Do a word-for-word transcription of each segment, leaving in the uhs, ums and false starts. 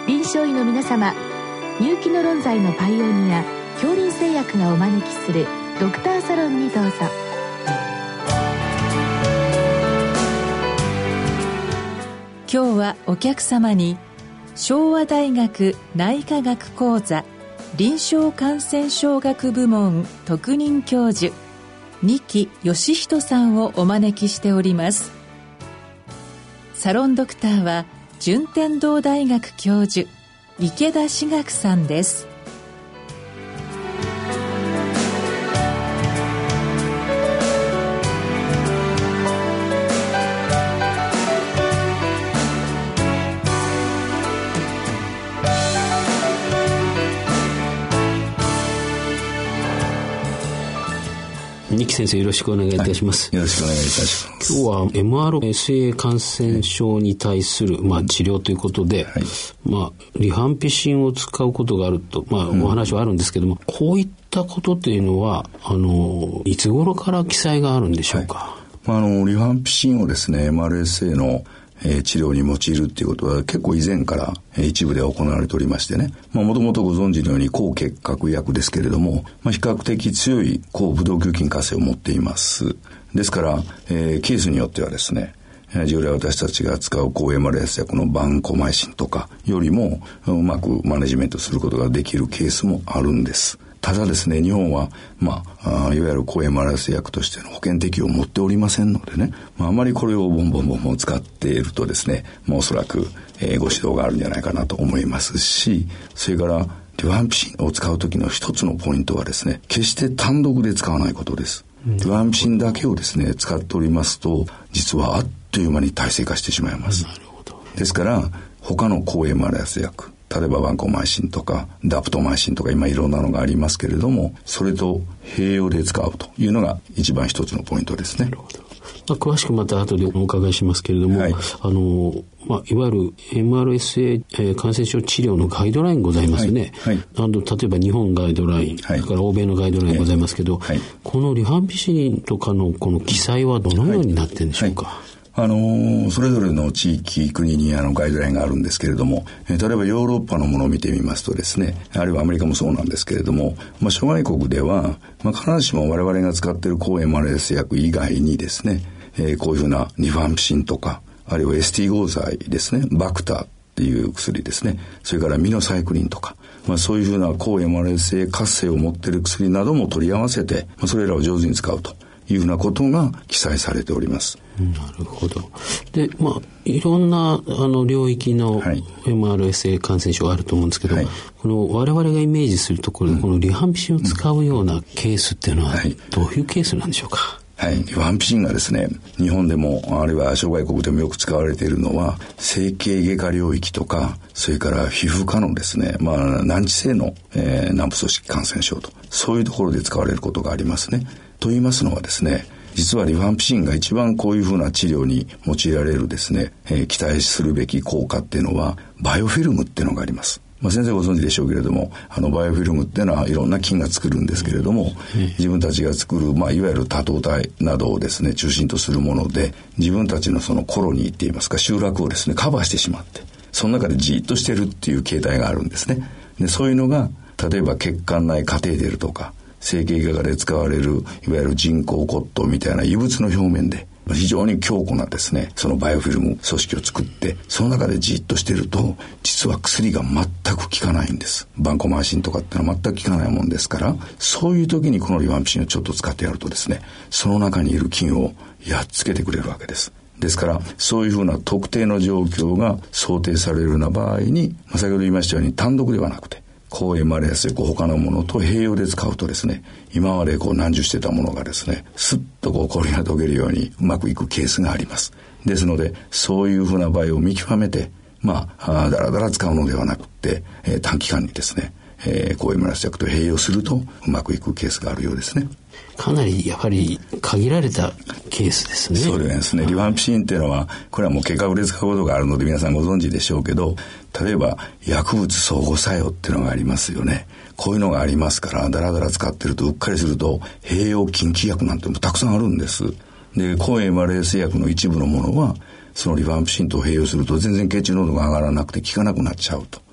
臨床医の皆様、入気の論剤のパイオニア恐林製薬がお招きするドクターサロンにどうぞ。 今日はお客様に昭和大学内科学講座臨床感染症学部門特任教授二木義人さんをお招きしております。サロンドクターは順天堂大学教授池田志学さんです。 二木先生、よろしくお願いいたします。 はい、よろしくお願いいたします。 今日は エムアールエスエー 感染症に対する、まあ、治療ということで、はい、まあ、リファンピシンを使うことがあると、まあ、お話はあるんですけども、うん、こういったことというのはあのいつ頃から記載があるんでしょうか。 はい、まあ、あのリファンピシンをですね エムアールエスエー のえー、治療に用いるっていうことは結構以前から、えー、一部では行われておりましてね、まあ、もともとご存知のように抗結核薬ですけれども、まあ、比較的強い抗ブドウ球菌活性を持っています。ですから、えー、ケースによってはですね、従来私たちが使う抗 エムアールエス 薬のバンコマイシンとかよりもうまくマネジメントすることができるケースもあるんです。ただですね、日本は、まあ、あいわゆる抗 エムアールエス 薬としての保険適用を持っておりませんのでね、まあ、あまりこれをボンボンボンボン使っているとですね、まあ、おそらく、えー、ご指導があるんじゃないかなと思いますし、それからリファンピシンを使う時の一つのポイントはですね、決して単独で使わないことです。うん、リファンピシンだけをですね、使っておりますと、実はあっという間に耐性化してしまいます。なるほど。ですから、他の抗 エムアールエス 薬、例えばバンコマイシンとかダプトマイシンとか今いろんなのがありますけれども、それと併用で使うというのが一番一つのポイントですね。なるほど。 まあ、詳しくまた後でお伺いしますけれども、はい、あのまあ、いわゆる エムアールエスエー、えー、感染症治療のガイドラインございますね。はいはい、あの例えば日本ガイドライン、はい、それから欧米のガイドラインございますけど、はい、このリファンピシンとかのこの記載はどのようになっているんでしょうか。はいはい、 あのー、それぞれの地域国にあのガイドラインがあるんですけれども、えー、例えばヨーロッパのものを見てみますとですね、あるいはアメリカもそうなんですけれども、まあ、諸外国では、まあ、必ずしも我々が使っている抗 エムアールエス 薬以外にですね、えー、こういうふうなリファンピシンとか、あるいはエスティゴー剤ですね、バクターっていう薬ですね、それからミノサイクリンとか、まあ、そういうふうな抗 エムアールエスエー 活性を持っている薬なども取り合わせて、まあ、それらを上手に使うというふうなことが記載されております。 なるほど。で、まあ、いろんなあの領域の エムアールエスエー 感染症があると思うんですけど、はい、この我々がイメージするところで、うん、このリファンピシンを使うようなケースっていうのはどういうケースなんでしょうか。 はい、リファンピシンがですね、日本でもあるいは諸外国でもよく使われているのは整形外科領域とか、それから皮膚科のですね、まあ難治性の、えー、軟部組織感染症と、そういうところで使われることがありますね。と言いますのはですね、実はリファンピシンが一番こういうふうな治療に用いられるですね、えー、期待するべき効果っていうのはバイオフィルムっていうのがあります。まあ、先生ご存知でしょうけれども、あのバイオフィルムっていうのはいろんな菌が作るんですけれども、自分たちが作る、まあ、いわゆる多糖体などをですね中心とするもので、自分たちのそのコロニーっていいますか集落をですねカバーしてしまって、その中でじーっとしてるっていう形態があるんですね。でそういうのが例えば血管内カテーテルとか整形外科で使われるいわゆる人工骨頭みたいな異物の表面で非常に強固なですねそのバイオフィルム組織を作って、その中でじっとしてると実は薬が全く効かないんです。バンコマイシンとかってのは全く効かないもんですから、そういう時にこのリファンピシンをちょっと使ってやるとですね、その中にいる菌をやっつけてくれるわけです。ですからそういうふうな特定の状況が想定されるような場合に、まあ、先ほど言いましたように単独ではなくて抗 エムアールエス 薬他のものと併用で使うとですね、今までこう難受してたものがですねスッとこう氷が溶けるようにうまくいくケースがあります。ですのでそういうふうな場合を見極めて、まあだらだら使うのではなくて、えー、短期間にですね、えー、抗 エムアールエス 薬と併用するとうまくいくケースがあるようですね。 かなりやはり限られたケースですね。 そうですね。リファンピシンっていうのはこれはもう結核で使うことがあるので皆さんご存知でしょうけど、例えば薬物相互作用っていうのがありますよね。こういうのがありますから、だらだら使ってるとうっかりすると併用禁忌薬なんてもたくさんあるんです。で抗 エムアールエス 薬の一部のものはそのリファンピシンと併用すると全然血中濃度が上がらなくて効かなくなっちゃうと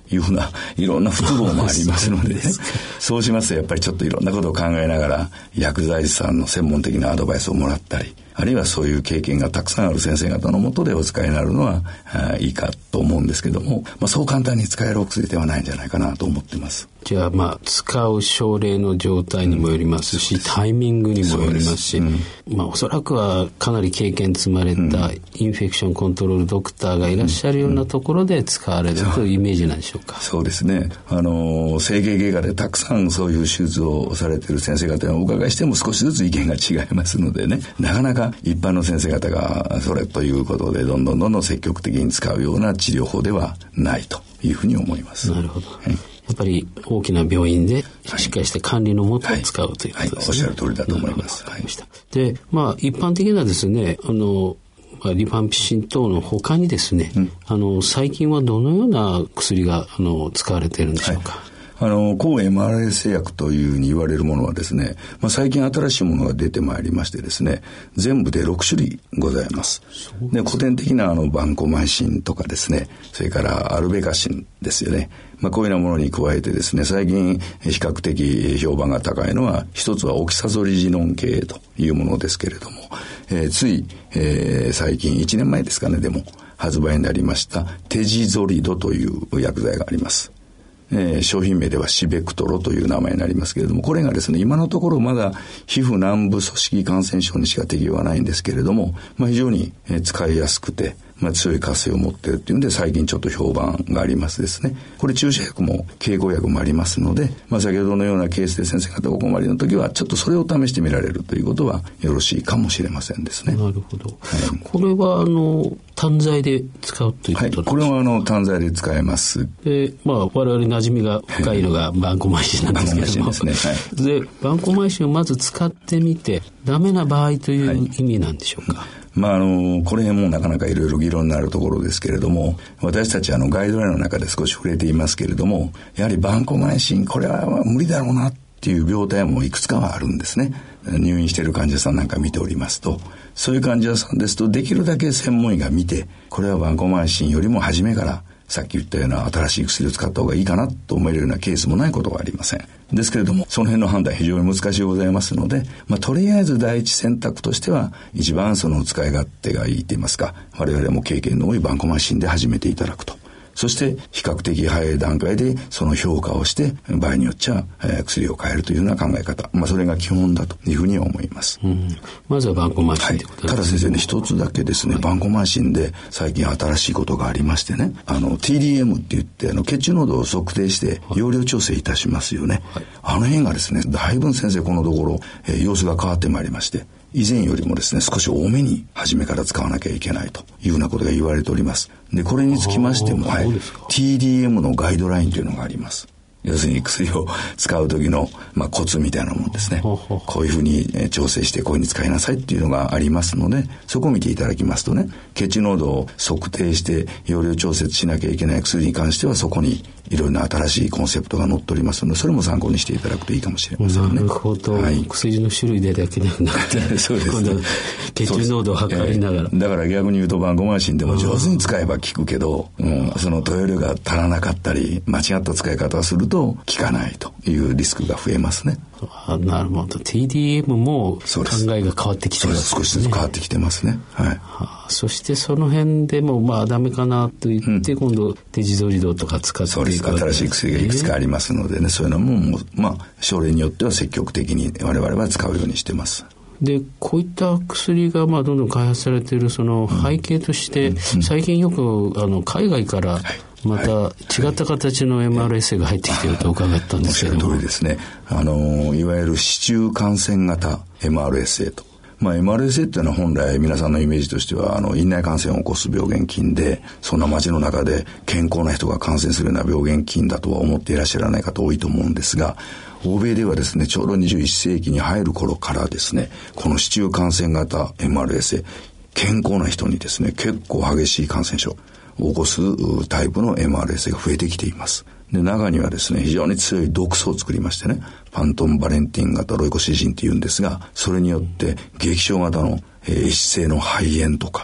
いうふうないろんな不都合もありますのでね。そうしますとやっぱりちょっといろんなことを考えながら薬剤師さんの専門的なアドバイスをもらったり、あるいはそういう経験がたくさんある先生方の下でお使いになるのはあいいかと思うんですけども、まあ、そう簡単に使えるお薬ではないんじゃないかなと思っています。 じゃあまあ使う症例の状態にもよりますし、うん、タイミングにもよりますし、うん、まあおそらくはかなり経験積まれたインフェクションコントロールドクターがいらっしゃるようなところで使われるというイメージなんでしょうか。 そうですね。あの整形外科でたくさんそういう手術をされている先生方にお伺いしても少しずつ意見が違いますのでね、なかなか一般の先生方がそれということでどんどんどんどん積極的に使うような治療法ではないというふうに思います。 なるほど、はい、やっぱり大きな病院でしっかりして管理のもとを使う、はい、ということですね、はいはい、おっしゃる通りだと思います。はい、 で、まあ一般的なですね、あのリファンピシン等の他にですね、うん、あの最近はどのような薬があの使われているんでしょうか。はい、 あの抗 エムアールエス 製薬というふうに言われるものはですね、まあ、最近新しいものが出てまいりましてですね、全部でろく種類ございます。で、古典的なあのバンコマイシンとかですね、それからアルベカシンですよね。まあ、こういうようなものに加えてですね、最近比較的評判が高いのは、一つはオキサゾリジノン系というものですけれども、えー、つい、えー、最近いちねんまえですかね、でも発売になりましたテジゾリドという薬剤があります。えー、商品名ではシベクトロという名前になりますけれども、これがですね、今のところまだ皮膚軟部組織感染症にしか適用はないんですけれども、まあ、非常に使いやすくて、まあ、強い活性を持っているというんで最近ちょっと評判がありますですね。これ注射薬も経口薬もありますので、まあ、先ほどのようなケースで先生方お困りの時はちょっとそれを試してみられるということはよろしいかもしれませんですね。 なるほど、はい、これはあの単剤で使うということなんですか。 はい、これはあの単剤で使えます。 で、まあ、我々馴染みが深いのがバンコマイシンなんですけれども、 ですね、はい、 でバンコマイシンをまず使ってみてダメな場合という意味なんでしょうか。はい、 まあ、あのこれもなかなかいろいろ議論になるところですけれども、私たちあのガイドラインの中で少し触れていますけれども、やはりバンコマイシンこれは無理だろうなっていう病態もいくつかはあるんですね。入院している患者さんなんか見ておりますと、そういう患者さんですとできるだけ専門医が見て、これはバンコマイシンよりも初めからさっき言ったような新しい薬を使った方がいいかなと思えるようなケースもないことはありません。ですけれども、その辺の判断非常に難しいございますので、まあ、とりあえず第一選択としては一番その使い勝手がいいと言いますか、我々も経験の多いバンコマイシンで始めていただくと。そして比較的早い段階でその評価をして場合によっちゃ、えー、薬を変えるというような考え方、まあ、それが基本だというふうに思います。 うん、まずはバンコマイシンということですね。 はい、ただ先生ね、一つだけですね、はい、バンコマイシンで最近新しいことがありましてね、あの ティーディーエム って言ってあの血中濃度を測定して容量調整いたしますよね。はい、あの辺がですね、だいぶ先生このところ、えー、様子が変わってまいりまして、以前よりもですね、少し多めに初めから使わなきゃいけないというようなことが言われております。で、これにつきましても、はい、ティーディーエム のガイドラインというのがあります。要するに薬を使う時の、まあ、コツみたいなものですね。こういうふうに、えー、調整してこういうふうに使いなさいっていうのがありますので、そこを見ていただきますとね、血中濃度を測定して容量調節しなきゃいけない薬に関してはそこにいろいろな新しいコンセプトが載っておりますので、それも参考にしていただくといいかもしれませんね。 なるほど、はい、薬の種類でだけではなくてそうです、ね、今度血中濃度を測りながら、 えー、だから逆に言うとバンコマイシンでも上手に使えば効くけど、うん、その投与量が足らなかったり間違った使い方をすると効かないというリスクが増えますね。 あ、なるほど。 ティーディーエム も考えが変わってきてますね。 少しずつ変わってきてますね。はい。はあ、そしてその辺でもまあダメかなと言って、うん、今度テジゾリドとか使っていくわけです。 そうです。新しい薬がいくつかありますのでね、えー、そういうのもまあ症例によっては積極的に我々は使うようにしてます。 でこういった薬がまあどんどん開発されているその背景として、うんうん、最近よくあの海外から、はい、また違った形の エムアールエスエー が入ってきていると伺ったんですけども、 おっしゃる通りですね。あのいわゆる市中感染型 エムアールエスエー と、まあ、エムアールエスエー っていうのは本来皆さんのイメージとしてはあの院内感染を起こす病原菌で、そんな街の中で健康な人が感染するような病原菌だとは思っていらっしゃらない方多いと思うんですが、欧米ではですね、ちょうどにじゅういっ世紀に入る頃からですね、この市中感染型 エムアールエスエー、健康な人にですね、結構激しい感染症を起こすタイプの エムアールエスエー が増えてきています。で、中にはですね、非常に強い毒素を作りましてね、パントンバレンティン型ロイコシジンっていうんですが、それによって激症型の、えー、一性の肺炎とか、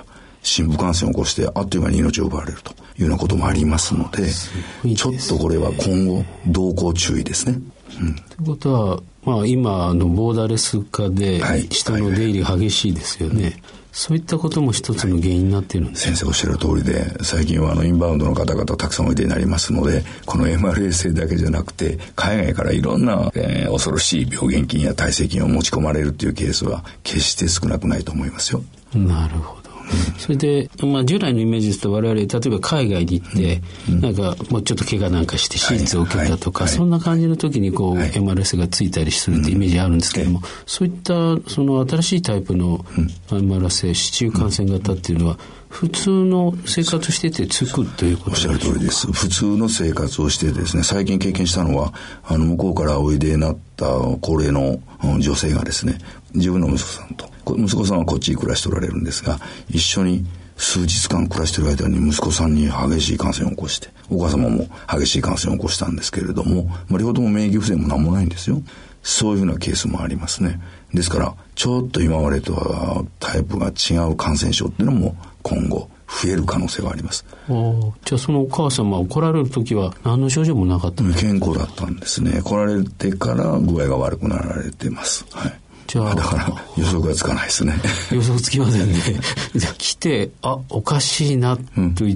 深部感染を起こしてあっという間に命を奪われるというようなこともありますので、ね、ちょっとこれは今後動向注意ですね。 うん、ということは、まあ、今のボーダレス化で人の出入り激しいですよね、はいはいはい、そういったことも一つの原因になっているんです、 はい、先生おっしゃる通りで、最近はあのインバウンドの方々たくさんおいでになりますので、この エムアールエスエー だけじゃなくて海外からいろんな、えー、恐ろしい病原菌や耐性菌を持ち込まれるというケースは決して少なくないと思いますよ。 なるほど。それで、まあ、従来のイメージですと我々例えば海外に行って、うん、なんかもうちょっと怪我なんかして手術を受けたとか、はいはい、そんな感じの時にこう、はい、エムアールエス がついたりするってイメージあるんですけども、うん、そういったその新しいタイプの エムアールエスエー 市中感染型っていうのは普通の生活しててつくということでしょうか。 おっしゃる通りです。普通の生活をしてですね、最近経験したのはあの向こうからおいでになった高齢の女性がですね、自分の息子さんと、息子さんはこっちに暮らしておられるんですが、一緒に数日間暮らしている間に息子さんに激しい感染を起こして、お母様も激しい感染を起こしたんですけれども、まあ、両方とも免疫不全も何もないんですよ。そういうふうなケースもありますね。ですからちょっと今までとはタイプが違う感染症っていうのも今後増える可能性があります。 おじゃあそのお母様は来られる時は何の症状もなかったんですか？ 健康だったんですね。来られてから具合が悪くなられてます。はい。じゃあだから予測がつかないですね。 予測つきませんね。じゃあ来てあおかしいなと言って、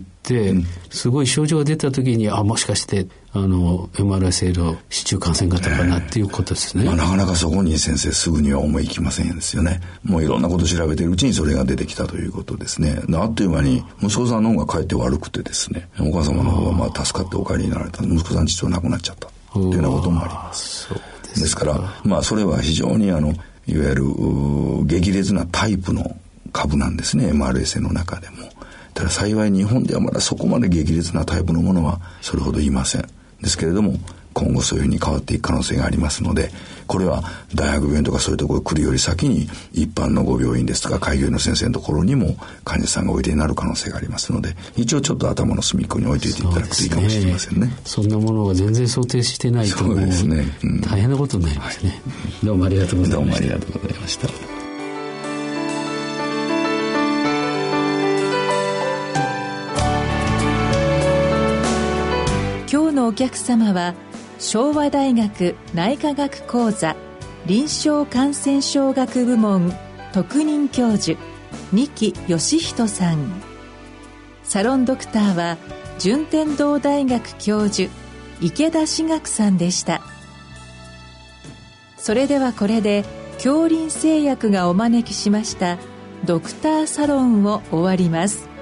うん、すごい症状が出た時にあもしかしてあの エムアールエスエー の市中感染型かなっていうことですね。 えーまあ、なかなかそこに先生すぐには思いきませんですよね。もういろんなことを調べているうちにそれが出てきたということですね。あっという間に息子さんの方がかえって悪くてですね、お母様の方がまあ助かってお帰りになられた、息子さん実は亡くなっちゃったというようなこともあります。そうですか。ですからまあそれは非常にあのいわゆる激烈なタイプの株なんですね、 エムアールエスエー の中でも。ただ幸い日本ではまだそこまで激烈なタイプのものはそれほどいません。ですけれども今後そういうふうに変わっていく可能性がありますので、これは大学病院とかそういうところに来るより先に一般のご病院ですとか開業医の先生のところにも患者さんがおいでになる可能性がありますので、一応ちょっと頭の隅っこに置いておいていただくといいかもしれませんね。 そ, ねそんなものが全然想定してないとそうですね、うん、大変なことになりますね、はい、どうもありがとうございました。 どうもありがとうございました。 今日のお客様は昭和大学内科学講座臨床感染症学部門特任教授三木義人さん、サロンドクターは順天堂大学教授池田志学さんでした。それではこれで杏林製薬がお招きしましたドクターサロンを終わります。